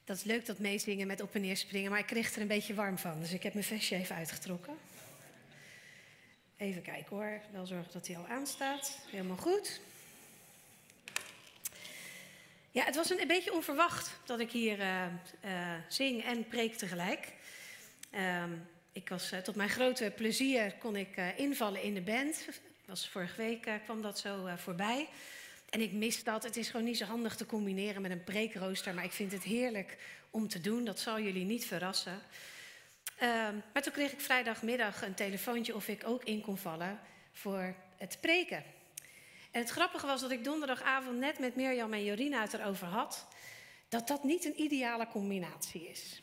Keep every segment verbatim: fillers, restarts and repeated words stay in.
Dat is leuk, dat meezingen met op en neer springen, maar ik kreeg er een beetje warm van. Dus ik heb mijn vestje even uitgetrokken. Even kijken hoor, wel zorgen dat hij al aanstaat. Helemaal goed. Ja, het was een, een beetje onverwacht dat ik hier uh, uh, zing en preek tegelijk. Uh, ik was, uh, tot mijn grote plezier kon ik uh, invallen in de band. Was vorige week uh, kwam dat zo uh, voorbij. En ik mis dat. Het is gewoon niet zo handig te combineren met een preekrooster. Maar ik vind het heerlijk om te doen. Dat zal jullie niet verrassen. Uh, maar toen kreeg ik vrijdagmiddag een telefoontje of ik ook in kon vallen voor het preken. En het grappige was dat ik donderdagavond net met Mirjam en Jorina het erover had. Dat dat niet een ideale combinatie is.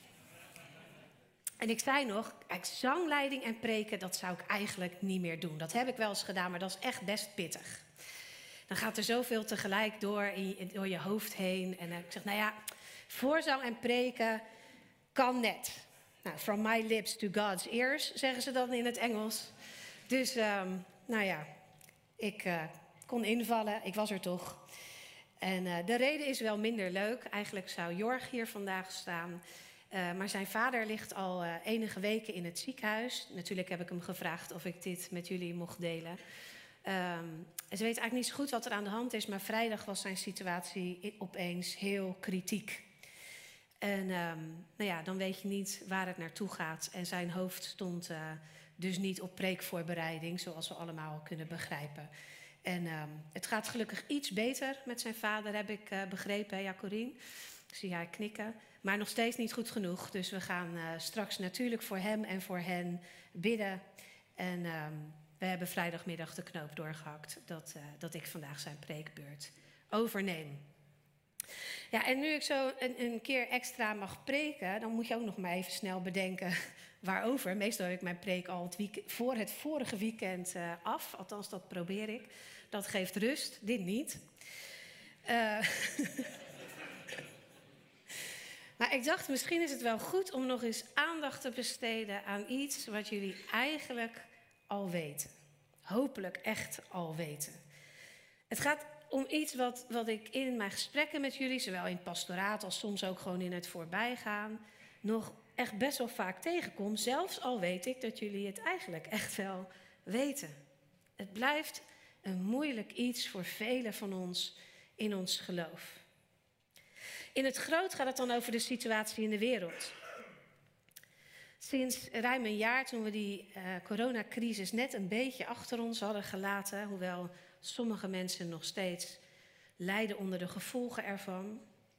En ik zei nog, kijk, zangleiding en preken, dat zou ik eigenlijk niet meer doen. Dat heb ik wel eens gedaan, maar dat is echt best pittig. Dan gaat er zoveel tegelijk door, in, door je hoofd heen. En uh, ik zeg, nou ja, voorzang en preken kan net. Nou, from my lips to God's ears, zeggen ze dan in het Engels. Dus, um, nou ja, ik uh, kon invallen, ik was er toch. En uh, de reden is wel minder leuk. Eigenlijk zou Jorg hier vandaag staan. Uh, maar zijn vader ligt al uh, enige weken in het ziekenhuis. Natuurlijk heb ik hem gevraagd of ik dit met jullie mocht delen. Um, en ze weet eigenlijk niet zo goed wat er aan de hand is, maar vrijdag was zijn situatie opeens heel kritiek. En um, nou ja, dan weet je niet waar het naartoe gaat. En zijn hoofd stond uh, dus niet op preekvoorbereiding, zoals we allemaal kunnen begrijpen. En um, het gaat gelukkig iets beter met zijn vader, heb ik uh, begrepen, ja Corine? Ik zie haar knikken. Maar nog steeds niet goed genoeg. Dus we gaan uh, straks natuurlijk voor hem en voor hen bidden. En um, we hebben vrijdagmiddag de knoop doorgehakt dat, uh, dat ik vandaag zijn preekbeurt overneem. Ja, en nu ik zo een, een keer extra mag preken, dan moet je ook nog maar even snel bedenken waarover. Meestal heb ik mijn preek al het week, voor het vorige weekend uh, af. Althans, dat probeer ik. Dat geeft rust, dit niet. Uh, Maar ik dacht, misschien is het wel goed om nog eens aandacht te besteden aan iets wat jullie eigenlijk al weten. Hopelijk echt al weten. Het gaat om iets wat, wat ik in mijn gesprekken met jullie, zowel in het pastoraat als soms ook gewoon in het voorbijgaan, nog echt best wel vaak tegenkom. Zelfs al weet ik dat jullie het eigenlijk echt wel weten. Het blijft een moeilijk iets voor velen van ons in ons geloof. In het groot gaat het dan over de situatie in de wereld. Sinds ruim een jaar, toen we die uh, coronacrisis net een beetje achter ons hadden gelaten, hoewel sommige mensen nog steeds lijden onder de gevolgen ervan.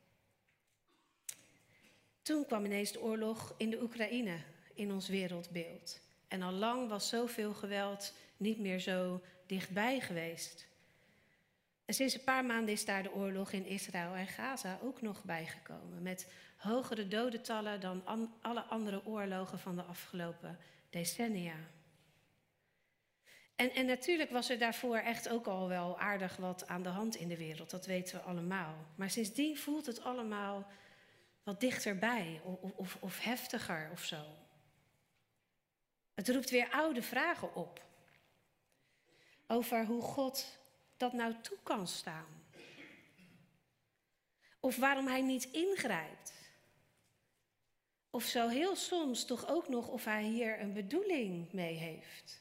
Toen kwam ineens de oorlog in de Oekraïne in ons wereldbeeld. En al lang was zoveel geweld niet meer zo dichtbij geweest. En sinds een paar maanden is daar de oorlog in Israël en Gaza ook nog bijgekomen. Met hogere dodentallen dan an, alle andere oorlogen van de afgelopen decennia. En, en natuurlijk was er daarvoor echt ook al wel aardig wat aan de hand in de wereld. Dat weten we allemaal. Maar sindsdien voelt het allemaal wat dichterbij of, of, of heftiger of zo. Het roept weer oude vragen op. Over hoe God dat nou toe kan staan. Of waarom hij niet ingrijpt. Of zo heel soms toch ook nog of hij hier een bedoeling mee heeft.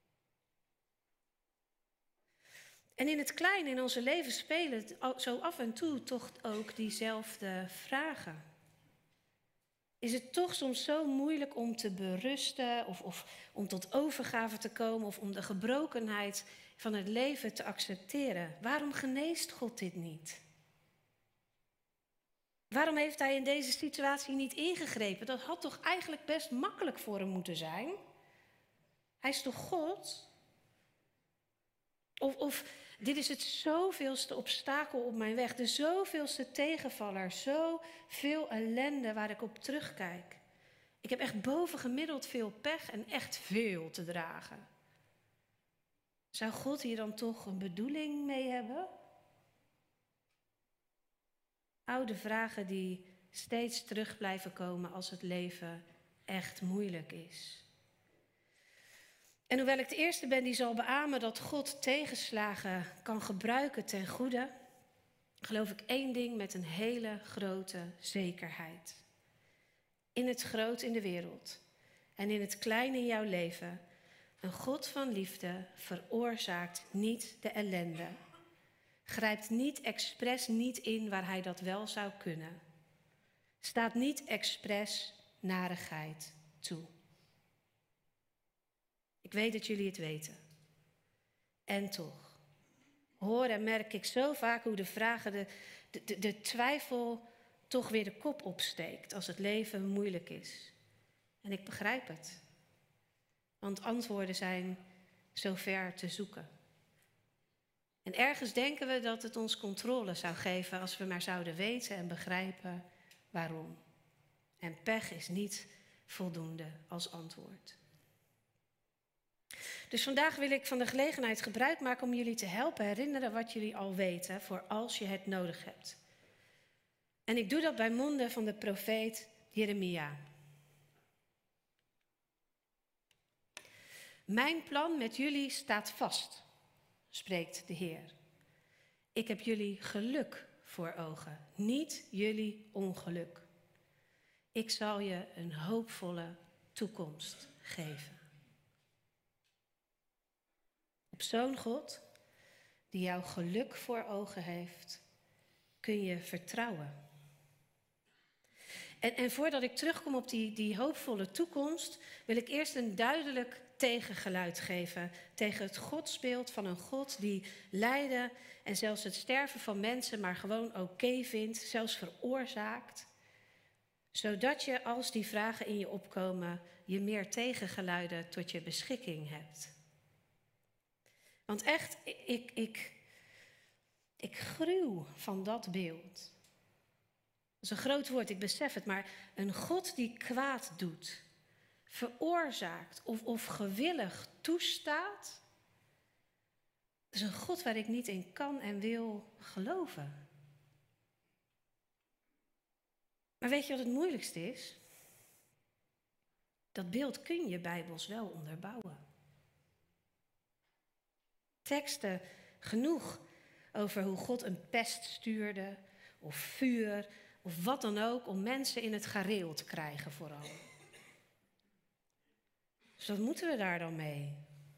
En in het klein in onze leven spelen het zo af en toe toch ook diezelfde vragen. Is het toch soms zo moeilijk om te berusten of, of om tot overgave te komen of om de gebrokenheid van het leven te accepteren? Waarom geneest God dit niet? Waarom heeft hij in deze situatie niet ingegrepen? Dat had toch eigenlijk best makkelijk voor hem moeten zijn? Hij is toch God? Of, of dit is het zoveelste obstakel op mijn weg, de zoveelste tegenvaller, zoveel ellende waar ik op terugkijk. Ik heb echt bovengemiddeld veel pech en echt veel te dragen. Zou God hier dan toch een bedoeling mee hebben? Oude vragen die steeds terug blijven komen als het leven echt moeilijk is. En hoewel ik de eerste ben die zal beamen dat God tegenslagen kan gebruiken ten goede, geloof ik één ding met een hele grote zekerheid. In het groot in de wereld en in het klein in jouw leven, een God van liefde veroorzaakt niet de ellende. Grijpt niet expres niet in waar hij dat wel zou kunnen. Staat niet expres narigheid toe. Ik weet dat jullie het weten. En toch, hoor en merk ik zo vaak hoe de vragen, de, de, de, de twijfel toch weer de kop opsteekt als het leven moeilijk is. En ik begrijp het. Want antwoorden zijn zo ver te zoeken. En ergens denken we dat het ons controle zou geven als we maar zouden weten en begrijpen waarom. En pech is niet voldoende als antwoord. Dus vandaag wil ik van de gelegenheid gebruik maken om jullie te helpen herinneren wat jullie al weten voor als je het nodig hebt. En ik doe dat bij monden van de profeet Jeremia. Mijn plan met jullie staat vast, spreekt de Heer. Ik heb jullie geluk voor ogen, niet jullie ongeluk. Ik zal je een hoopvolle toekomst geven. Op zo'n God, die jouw geluk voor ogen heeft, kun je vertrouwen. En, en voordat ik terugkom op die, die hoopvolle toekomst, wil ik eerst een duidelijk tegengeluid geven tegen het godsbeeld van een God die lijden en zelfs het sterven van mensen maar gewoon oké vindt, zelfs veroorzaakt. Zodat je, als die vragen in je opkomen, je meer tegengeluiden tot je beschikking hebt. Want echt, ik, ik, ik gruw van dat beeld. Dat is een groot woord, ik besef het, maar een God die kwaad doet, veroorzaakt of, of gewillig toestaat, dat is een God waar ik niet in kan en wil geloven. Maar weet je wat het moeilijkste is? Dat beeld kun je bijbels wel onderbouwen. Teksten genoeg over hoe God een pest stuurde, of vuur, of wat dan ook, om mensen in het gareel te krijgen vooral. Dus wat moeten we daar dan mee?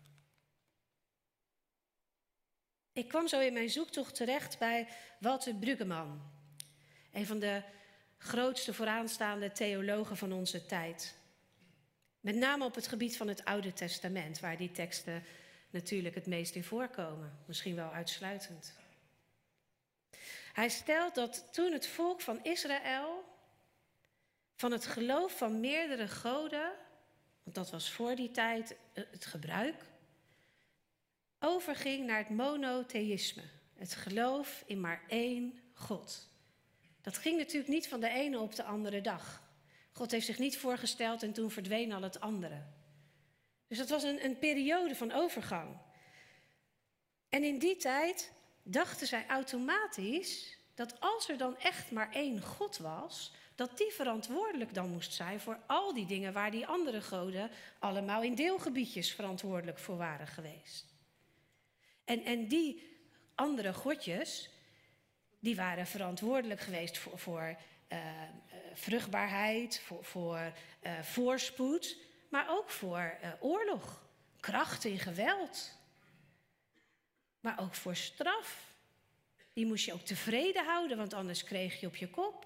Ik kwam zo in mijn zoektocht terecht bij Walter Brueggemann, een van de grootste vooraanstaande theologen van onze tijd. Met name op het gebied van het Oude Testament, waar die teksten natuurlijk het meest in voorkomen, misschien wel uitsluitend. Hij stelt dat toen het volk van Israël van het geloof van meerdere goden, want dat was voor die tijd het gebruik, overging naar het monotheïsme, het geloof in maar één God. Dat ging natuurlijk niet van de ene op de andere dag. God heeft zich niet voorgesteld en toen verdween al het andere. Dus dat was een, een periode van overgang. En in die tijd dachten zij automatisch dat als er dan echt maar één God was, dat die verantwoordelijk dan moest zijn voor al die dingen waar die andere goden allemaal in deelgebiedjes verantwoordelijk voor waren geweest. En, en die andere godjes, die waren verantwoordelijk geweest voor, voor uh, vruchtbaarheid, voor, voor uh, voorspoed, maar ook voor uh, oorlog, kracht en geweld. Maar ook voor straf. Die moest je ook tevreden houden, want anders kreeg je op je kop.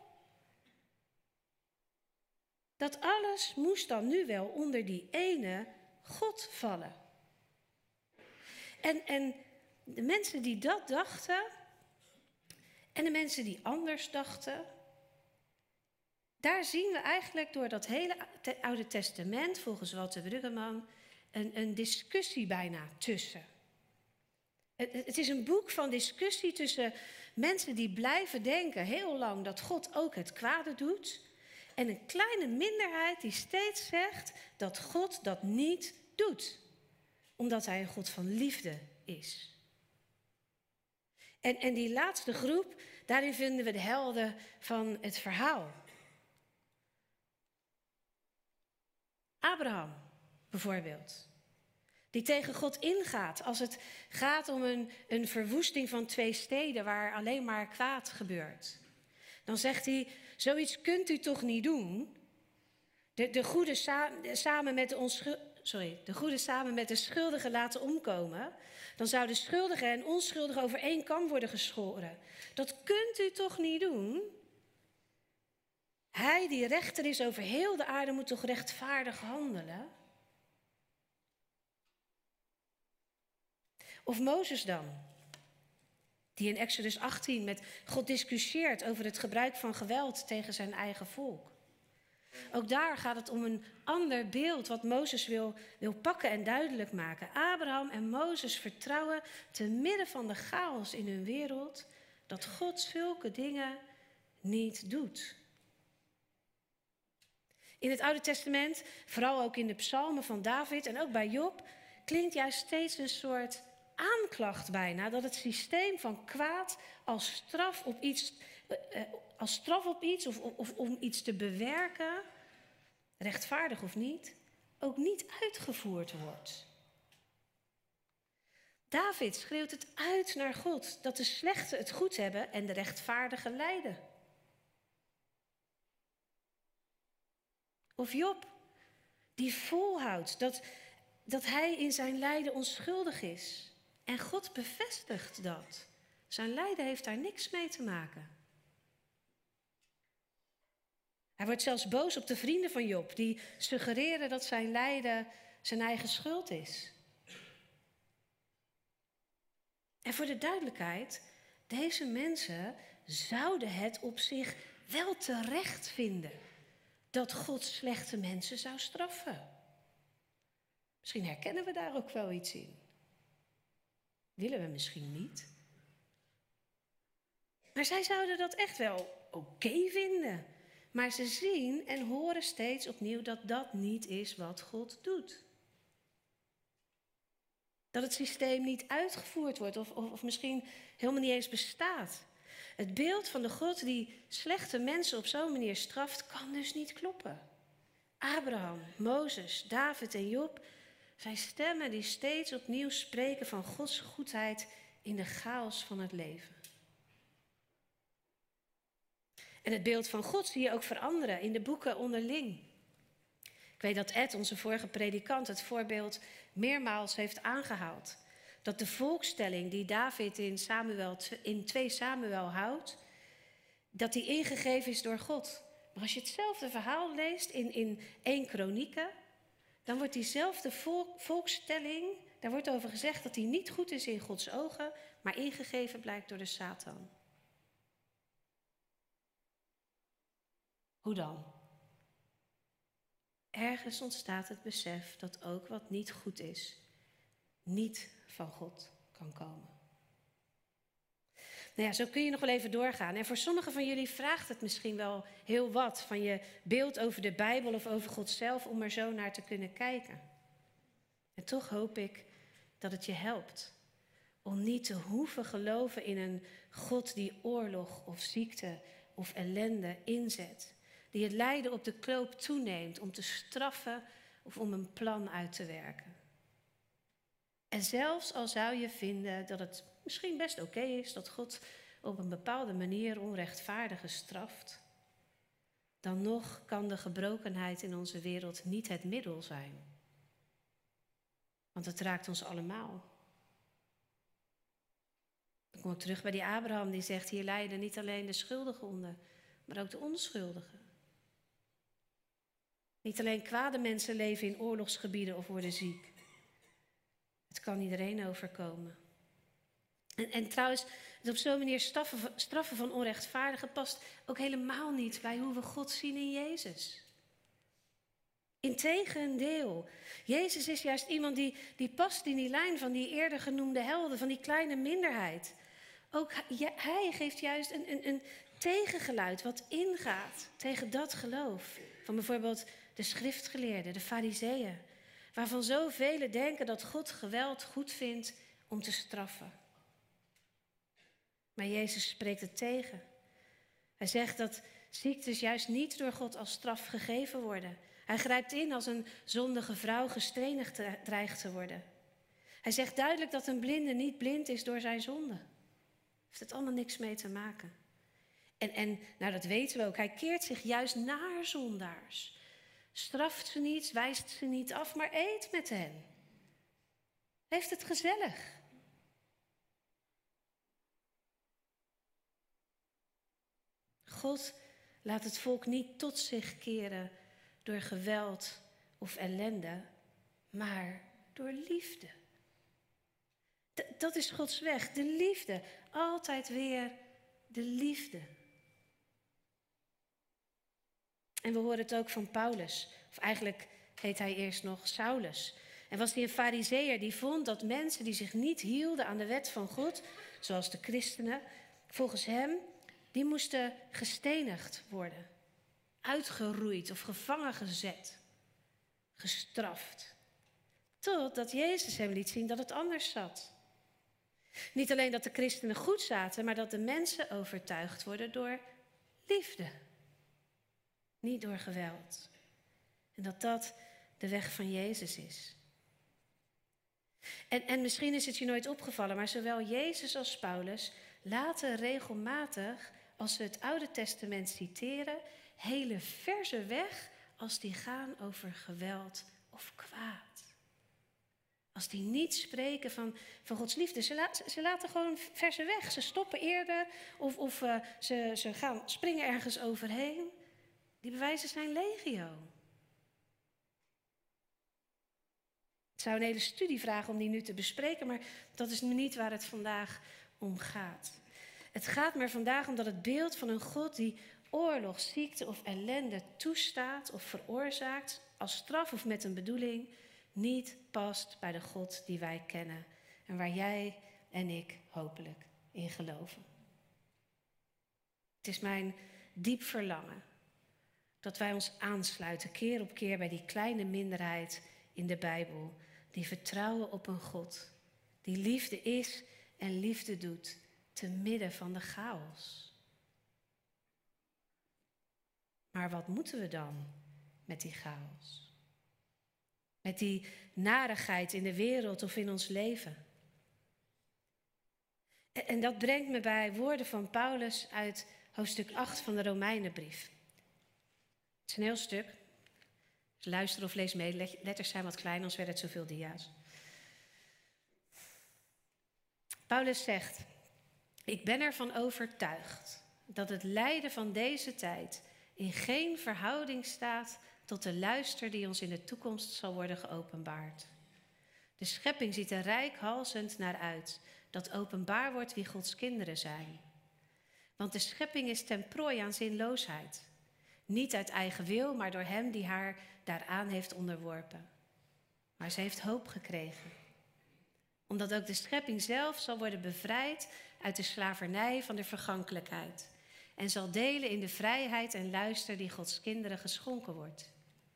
Dat alles moest dan nu wel onder die ene God vallen. En, en de mensen die dat dachten, en de mensen die anders dachten, daar zien we eigenlijk door dat hele Oude Testament, volgens Walter Brueggemann, een, een discussie bijna tussen. Het is een boek van discussie tussen mensen die blijven denken heel lang dat God ook het kwade doet, en een kleine minderheid die steeds zegt dat God dat niet doet, omdat hij een God van liefde is. En, en die laatste groep, daarin vinden we de helden van het verhaal. Abraham bijvoorbeeld. Die tegen God ingaat als het gaat om een, een verwoesting van twee steden waar alleen maar kwaad gebeurt. Dan zegt hij, zoiets kunt u toch niet doen? De, de, goede, sa, samen met de, onschul, sorry, de goede samen met de schuldigen laten omkomen. Dan zou de schuldige en onschuldige over één kam worden geschoren. Dat kunt u toch niet doen? Hij die rechter is over heel de aarde moet toch rechtvaardig handelen? Of Mozes dan, die in Exodus achttien met God discussieert over het gebruik van geweld tegen zijn eigen volk. Ook daar gaat het om een ander beeld wat Mozes wil, wil pakken en duidelijk maken. Abraham en Mozes vertrouwen te midden van de chaos in hun wereld dat God zulke dingen niet doet. In het Oude Testament, vooral ook in de psalmen van David en ook bij Job, klinkt juist steeds een soort aanklacht bijna dat het systeem van kwaad als straf op iets, uh, als straf op iets of, of om iets te bewerken, rechtvaardig of niet, ook niet uitgevoerd wordt. David schreeuwt het uit naar God dat de slechten het goed hebben en de rechtvaardigen lijden. Of Job, die volhoudt dat, dat hij in zijn lijden onschuldig is. En God bevestigt dat. Zijn lijden heeft daar niks mee te maken. Hij wordt zelfs boos op de vrienden van Job, die suggereren dat zijn lijden zijn eigen schuld is. En voor de duidelijkheid, deze mensen zouden het op zich wel terecht vinden dat God slechte mensen zou straffen. Misschien herkennen we daar ook wel iets in. Willen we misschien niet. Maar zij zouden dat echt wel oké vinden. Maar ze zien en horen steeds opnieuw dat dat niet is wat God doet. Dat het systeem niet uitgevoerd wordt of, of, of misschien helemaal niet eens bestaat. Het beeld van de God die slechte mensen op zo'n manier straft, kan dus niet kloppen. Abraham, Mozes, David en Job zijn stemmen die steeds opnieuw spreken van Gods goedheid in de chaos van het leven. En het beeld van God zie je ook veranderen in de boeken onderling. Ik weet dat Ed, onze vorige predikant, het voorbeeld meermaals heeft aangehaald. Dat de volkstelling die David in, Samuel, in twee Samuel houdt, dat die ingegeven is door God. Maar als je hetzelfde verhaal leest in, in één Kronieken, dan wordt diezelfde volk, volkstelling, daar wordt over gezegd dat die niet goed is in Gods ogen, maar ingegeven blijkt door de Satan. Hoe dan? Ergens ontstaat het besef dat ook wat niet goed is, niet van God kan komen. Nou ja, zo kun je nog wel even doorgaan. En voor sommigen van jullie vraagt het misschien wel heel wat van je beeld over de Bijbel of over God zelf om er zo naar te kunnen kijken. En toch hoop ik dat het je helpt om niet te hoeven geloven in een God die oorlog of ziekte of ellende inzet. Die het lijden op de knoop toeneemt om te straffen of om een plan uit te werken. En zelfs al zou je vinden dat het misschien best oké is dat God op een bepaalde manier onrechtvaardigen straft, dan nog kan de gebrokenheid in onze wereld niet het middel zijn. Want het raakt ons allemaal. Dan kom ik terug bij die Abraham die zegt, hier lijden niet alleen de schuldigen onder, maar ook de onschuldigen. Niet alleen kwade mensen leven in oorlogsgebieden of worden ziek. Het kan iedereen overkomen. En, en trouwens, het op zo'n manier straffen, straffen van onrechtvaardigen past ook helemaal niet bij hoe we God zien in Jezus. Integendeel, Jezus is juist iemand die, die past in die lijn van die eerder genoemde helden, van die kleine minderheid. Ook hij geeft juist een, een, een tegengeluid wat ingaat tegen dat geloof. Van bijvoorbeeld de schriftgeleerden, de fariseeën, waarvan zoveel denken dat God geweld goed vindt om te straffen. Maar Jezus spreekt het tegen. Hij zegt dat ziektes juist niet door God als straf gegeven worden. Hij grijpt in als een zondige vrouw gestenigd dreigt te worden. Hij zegt duidelijk dat een blinde niet blind is door zijn zonde. Heeft het allemaal niks mee te maken. En, en nou, dat weten we ook. Hij keert zich juist naar zondaars. Straft ze niet, wijst ze niet af, maar eet met hen. Heeft het gezellig. God laat het volk niet tot zich keren door geweld of ellende, maar door liefde. D- dat is Gods weg, de liefde. Altijd weer de liefde. En we horen het ook van Paulus. Of eigenlijk heet hij eerst nog Saulus. En was hij een farizeeër die vond dat mensen die zich niet hielden aan de wet van God, zoals de christenen, volgens hem, die moesten gestenigd worden. Uitgeroeid of gevangen gezet. Gestraft. Totdat Jezus hem liet zien dat het anders zat. Niet alleen dat de christenen goed zaten, maar dat de mensen overtuigd worden door liefde. Niet door geweld. En dat dat de weg van Jezus is. En, en misschien is het je nooit opgevallen, maar zowel Jezus als Paulus laten regelmatig, als ze het Oude Testament citeren, hele verzen weg als die gaan over geweld of kwaad. Als die niet spreken van, van Gods liefde. Ze, la, ze laten gewoon verzen weg. Ze stoppen eerder of, of uh, ze, ze gaan springen ergens overheen. Die bewijzen zijn legio. Het zou een hele studie vragen om die nu te bespreken, maar dat is niet waar het vandaag om gaat. Het gaat me vandaag om dat het beeld van een God die oorlog, ziekte of ellende toestaat of veroorzaakt, als straf of met een bedoeling, niet past bij de God die wij kennen en waar jij en ik hopelijk in geloven. Het is mijn diep verlangen dat wij ons aansluiten keer op keer bij die kleine minderheid in de Bijbel, die vertrouwen op een God die liefde is en liefde doet te midden van de chaos. Maar wat moeten we dan met die chaos? Met die narigheid in de wereld of in ons leven? En dat brengt me bij woorden van Paulus uit hoofdstuk acht van de Romeinenbrief. Het is een heel stuk. Dus luister of lees mee. Letters zijn wat klein, anders werden het zoveel dia's. Paulus zegt: ik ben ervan overtuigd dat het lijden van deze tijd in geen verhouding staat tot de luister die ons in de toekomst zal worden geopenbaard. De schepping ziet er reikhalzend naar uit dat openbaar wordt wie Gods kinderen zijn. Want de schepping is ten prooi aan zinloosheid. Niet uit eigen wil, maar door hem die haar daaraan heeft onderworpen. Maar ze heeft hoop gekregen. Omdat ook de schepping zelf zal worden bevrijd uit de slavernij van de vergankelijkheid. En zal delen in de vrijheid en luister die Gods kinderen geschonken wordt.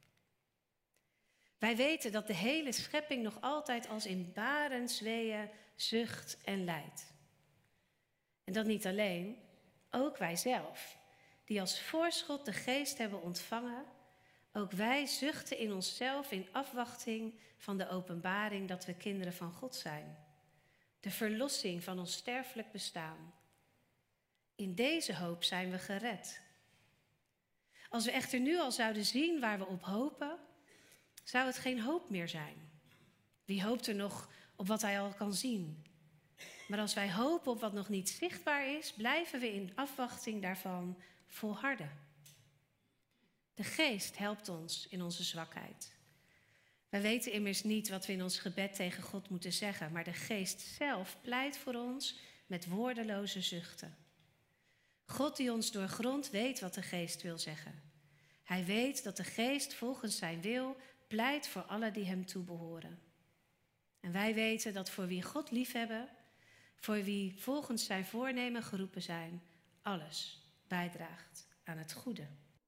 Wij weten dat de hele schepping nog altijd als in barensweeën zucht en lijdt. En dat niet alleen, ook wij zelf, die als voorschot de geest hebben ontvangen, ook wij zuchten in onszelf in afwachting van de openbaring dat we kinderen van God zijn. De verlossing van ons sterfelijk bestaan. In deze hoop zijn we gered. Als we echter nu al zouden zien waar we op hopen, zou het geen hoop meer zijn. Wie hoopt er nog op wat hij al kan zien? Maar als wij hopen op wat nog niet zichtbaar is, blijven we in afwachting daarvan volharden. De geest helpt ons in onze zwakheid. Wij weten immers niet wat we in ons gebed tegen God moeten zeggen, maar de geest zelf pleit voor ons met woordeloze zuchten. God die ons doorgrondt weet wat de geest wil zeggen. Hij weet dat de geest volgens zijn wil pleit voor allen die hem toebehoren. En wij weten dat voor wie God liefhebben, voor wie volgens zijn voornemen geroepen zijn, alles bijdraagt aan het goede.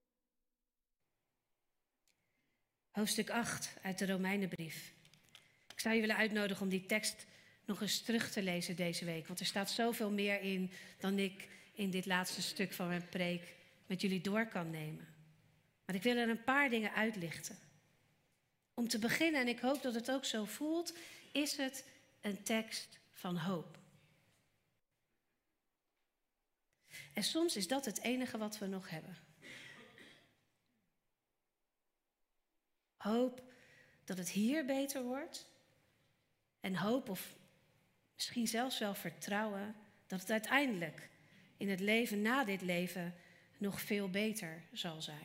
Hoofdstuk acht uit de Romeinenbrief. Ik zou je willen uitnodigen om die tekst nog eens terug te lezen deze week. Want er staat zoveel meer in dan ik in dit laatste stuk van mijn preek met jullie door kan nemen. Maar ik wil er een paar dingen uitlichten. Om te beginnen, en ik hoop dat het ook zo voelt, is het een tekst van hoop. En soms is dat het enige wat we nog hebben. Hoop dat het hier beter wordt. En hoop, of misschien zelfs wel vertrouwen, dat het uiteindelijk in het leven na dit leven nog veel beter zal zijn.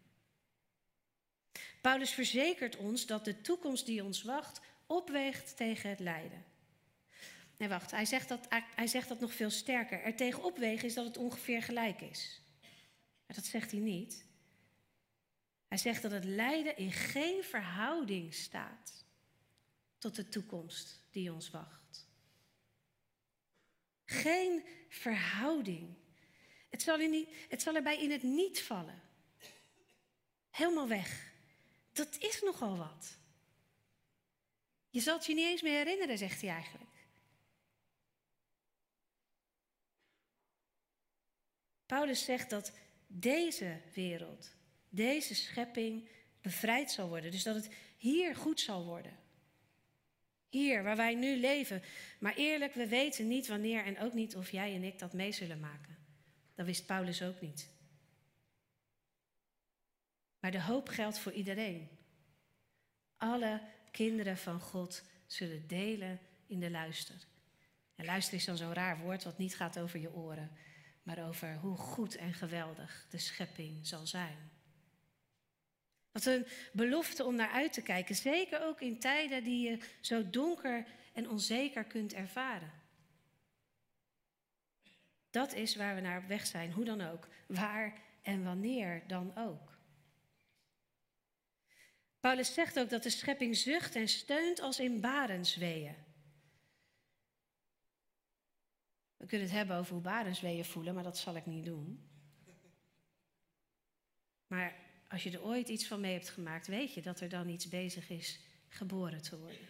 Paulus verzekert ons dat de toekomst die ons wacht opweegt tegen het lijden. Nee, wacht, hij zegt, dat, hij zegt dat nog veel sterker. Er tegen opwegen is dat het ongeveer gelijk is. Maar dat zegt hij niet. Hij zegt dat het lijden in geen verhouding staat tot de toekomst die ons wacht. Geen verhouding. Het zal, er niet, het zal erbij in het niet vallen. Helemaal weg. Dat is nogal wat. Je zal het je niet eens meer herinneren, zegt hij eigenlijk. Paulus zegt dat deze wereld, deze schepping bevrijd zal worden. Dus dat het hier goed zal worden. Hier, waar wij nu leven. Maar eerlijk, we weten niet wanneer en ook niet of jij en ik dat mee zullen maken. Dat wist Paulus ook niet. Maar de hoop geldt voor iedereen. Alle kinderen van God zullen delen in de luister. En luister is dan zo'n raar woord wat niet gaat over je oren, maar over hoe goed en geweldig de schepping zal zijn. Wat een belofte om naar uit te kijken, zeker ook in tijden die je zo donker en onzeker kunt ervaren. Dat is waar we naar op weg zijn, hoe dan ook, waar en wanneer dan ook. Paulus zegt ook dat de schepping zucht en steunt als in barensweeën. We kunnen het hebben over hoe barensweeën voelen, maar dat zal ik niet doen. Maar als je er ooit iets van mee hebt gemaakt, weet je dat er dan iets bezig is geboren te worden.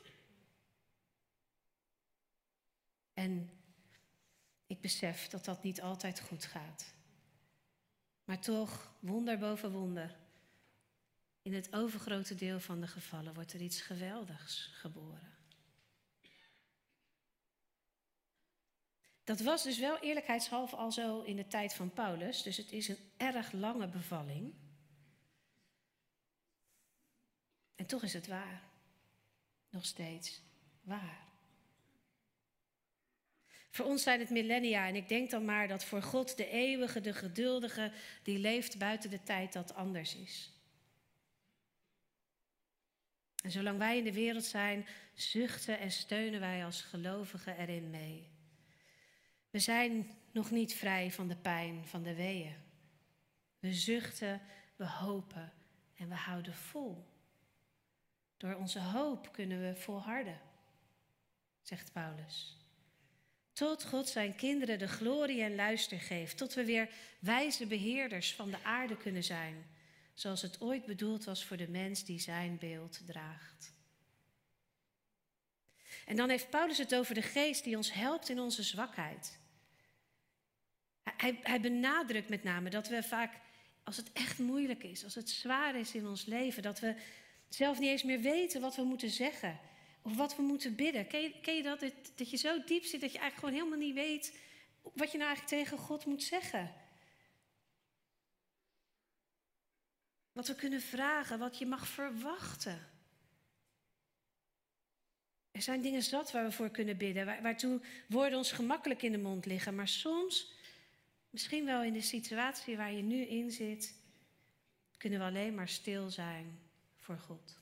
En ik besef dat dat niet altijd goed gaat. Maar toch, wonder boven wonder, in het overgrote deel van de gevallen wordt er iets geweldigs geboren. Dat was dus wel eerlijkheidshalve al zo in de tijd van Paulus, dus het is een erg lange bevalling. En toch is het waar. Nog steeds waar. Voor ons zijn het millennia en ik denk dan maar dat voor God de eeuwige, de geduldige, die leeft buiten de tijd, dat anders is. En zolang wij in de wereld zijn, zuchten en steunen wij als gelovigen erin mee. We zijn nog niet vrij van de pijn, van de weeën. We zuchten, we hopen en we houden vol. Door onze hoop kunnen we volharden, zegt Paulus. Tot God zijn kinderen de glorie en luister geeft. Tot we weer wijze beheerders van de aarde kunnen zijn. Zoals het ooit bedoeld was voor de mens die zijn beeld draagt. En dan heeft Paulus het over de geest die ons helpt in onze zwakheid. Hij, hij benadrukt met name dat we vaak, als het echt moeilijk is, als het zwaar is in ons leven, dat we zelf niet eens meer weten wat we moeten zeggen of wat we moeten bidden. Ken je, ken je dat? Dat, dat je zo diep zit dat je eigenlijk gewoon helemaal niet weet wat je nou eigenlijk tegen God moet zeggen. Wat we kunnen vragen, wat je mag verwachten. Er zijn dingen zat waar we voor kunnen bidden, waar, waartoe woorden ons gemakkelijk in de mond liggen. Maar soms, misschien wel in de situatie waar je nu in zit, kunnen we alleen maar stil zijn voor God.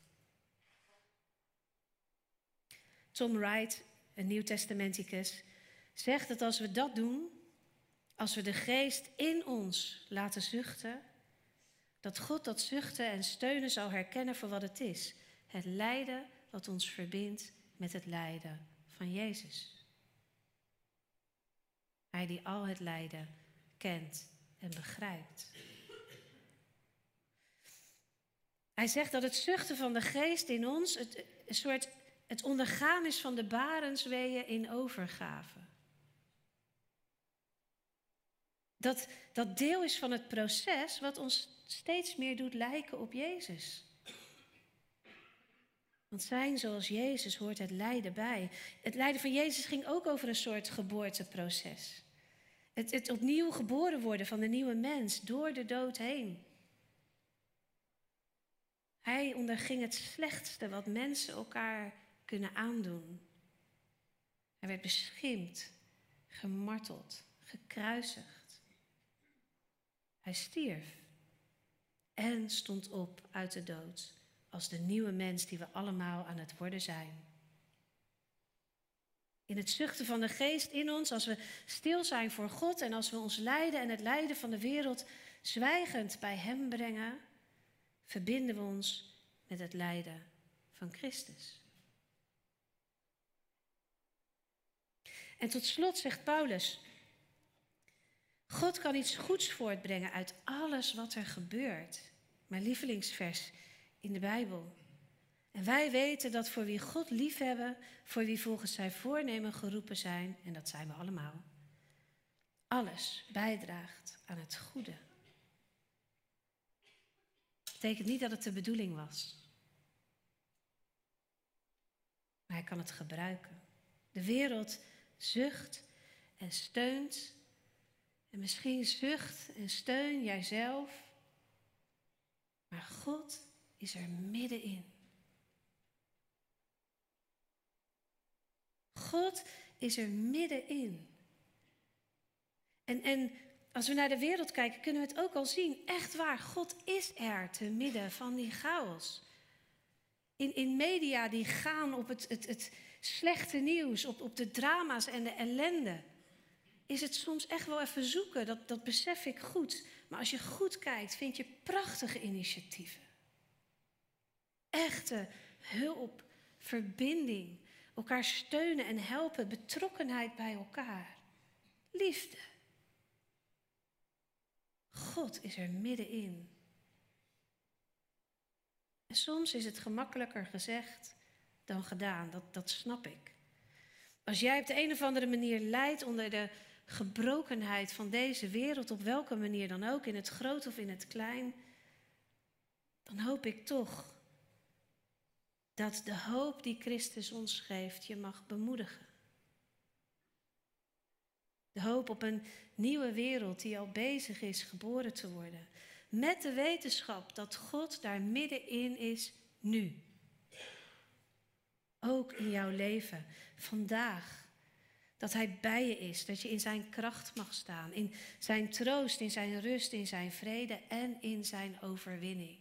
Tom Wright, een Nieuwtestamenticus, zegt dat als we dat doen, als we de geest in ons laten zuchten, dat God dat zuchten en steunen zal herkennen voor wat het is. Het lijden wat ons verbindt met het lijden van Jezus. Hij die al het lijden kent en begrijpt. Hij zegt dat het zuchten van de geest in ons het, een soort, het ondergaan is van de barensweeën in overgave. Dat, dat deel is van het proces wat ons steeds meer doet lijken op Jezus. Want zijn zoals Jezus hoort het lijden bij. Het lijden van Jezus ging ook over een soort geboorteproces. Het, het opnieuw geboren worden van de nieuwe mens door de dood heen. Hij onderging het slechtste wat mensen elkaar kunnen aandoen. Hij werd beschimpt, gemarteld, gekruisigd. Hij stierf en stond op uit de dood als de nieuwe mens die we allemaal aan het worden zijn. In het zuchten van de geest in ons, als we stil zijn voor God en als we ons lijden en het lijden van de wereld zwijgend bij Hem brengen, verbinden we ons met het lijden van Christus. En tot slot zegt Paulus, God kan iets goeds voortbrengen uit alles wat er gebeurt. Mijn lievelingsvers in de Bijbel. En wij weten dat voor wie God liefhebben, voor wie volgens zijn voornemen geroepen zijn, en dat zijn we allemaal, alles bijdraagt aan het goede. Dat betekent niet dat het de bedoeling was. Maar hij kan het gebruiken. De wereld zucht en steunt. En misschien zucht en steun jijzelf. Maar God is er middenin. God is er middenin. En, en als we naar de wereld kijken, kunnen we het ook al zien. Echt waar, God is er te midden van die chaos. In, in media die gaan op het, het, het slechte nieuws, op, op de drama's en de ellende, is het soms echt wel even zoeken. Dat, dat besef ik goed. Maar als je goed kijkt, vind je prachtige initiatieven. Echte hulp, verbinding, elkaar steunen en helpen, betrokkenheid bij elkaar. Liefde. God is er middenin. En soms is het gemakkelijker gezegd dan gedaan, dat, dat snap ik. Als jij op de een of andere manier lijdt onder de gebrokenheid van deze wereld, op welke manier dan ook, in het groot of in het klein, dan hoop ik toch dat de hoop die Christus ons geeft je mag bemoedigen. De hoop op een nieuwe wereld die al bezig is geboren te worden. Met de wetenschap dat God daar middenin is nu. Ook in jouw leven, vandaag. Dat hij bij je is, dat je in zijn kracht mag staan. In zijn troost, in zijn rust, in zijn vrede en in zijn overwinning.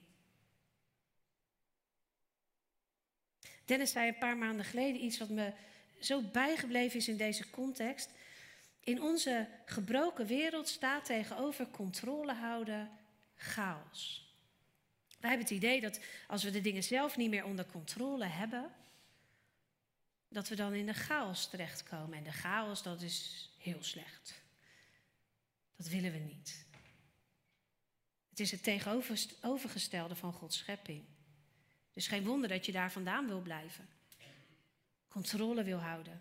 Dennis zei een paar maanden geleden iets wat me zo bijgebleven is in deze context. In onze gebroken wereld staat tegenover controle houden chaos. Wij hebben het idee dat als we de dingen zelf niet meer onder controle hebben, dat we dan in de chaos terechtkomen. En de chaos, dat is heel slecht. Dat willen we niet. Het is het tegenovergestelde van Gods schepping. Dus geen wonder dat je daar vandaan wil blijven. Controle wil houden.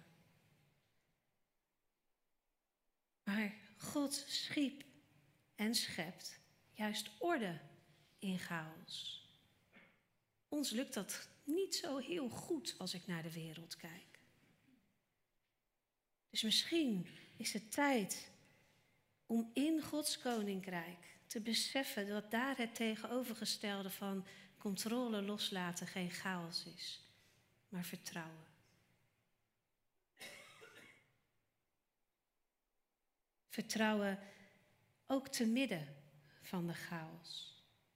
Maar God schiep en schept juist orde in chaos. Ons lukt dat niet zo heel goed als ik naar de wereld kijk. Dus misschien is het tijd om in Gods koninkrijk te beseffen dat daar het tegenovergestelde van controle loslaten geen chaos is, maar vertrouwen. Vertrouwen ook te midden van de chaos.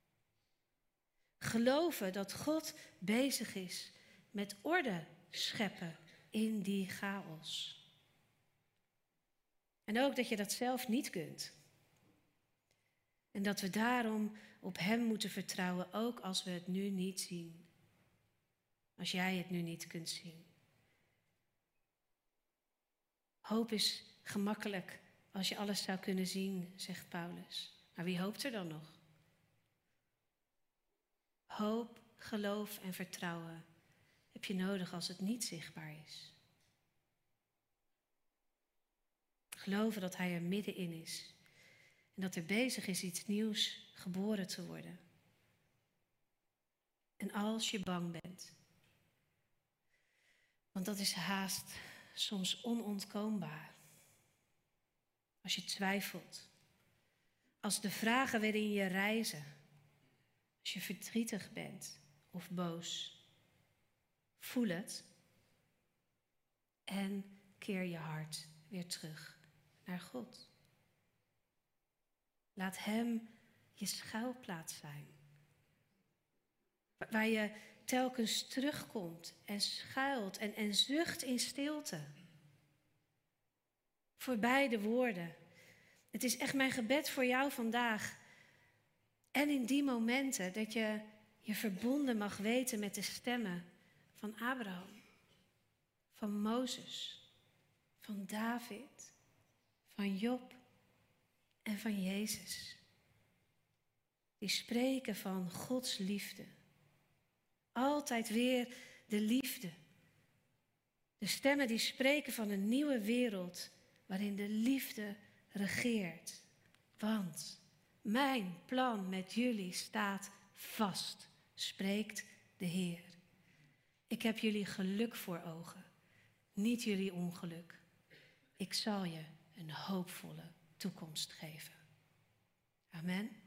Geloven dat God bezig is met orde scheppen in die chaos. En ook dat je dat zelf niet kunt. En dat we daarom op Hem moeten vertrouwen, ook als we het nu niet zien. Als jij het nu niet kunt zien. Hoop is gemakkelijk als je alles zou kunnen zien, zegt Paulus. Maar wie hoopt er dan nog? Hoop, geloof en vertrouwen heb je nodig als het niet zichtbaar is. Geloven dat Hij er middenin is. En dat er bezig is iets nieuws geboren te worden. En als je bang bent, Want dat is haast soms onontkoombaar. Als je twijfelt. Als de vragen waarin je reizen. Als je verdrietig bent of boos. Voel het. En keer je hart weer terug naar God. Laat Hem je schuilplaats zijn. Waar je telkens terugkomt en schuilt en, en zucht in stilte. Voorbij de woorden. Het is echt mijn gebed voor jou vandaag. En in die momenten dat je je verbonden mag weten met de stemmen van Abraham. Van Mozes. Van David. Van Job. En van Jezus. Die spreken van Gods liefde. Altijd weer de liefde. De stemmen die spreken van een nieuwe wereld waarin de liefde regeert. Want mijn plan met jullie staat vast, spreekt de Heer. Ik heb jullie geluk voor ogen, niet jullie ongeluk. Ik zal je een hoopvolle toekomst geven. Amen.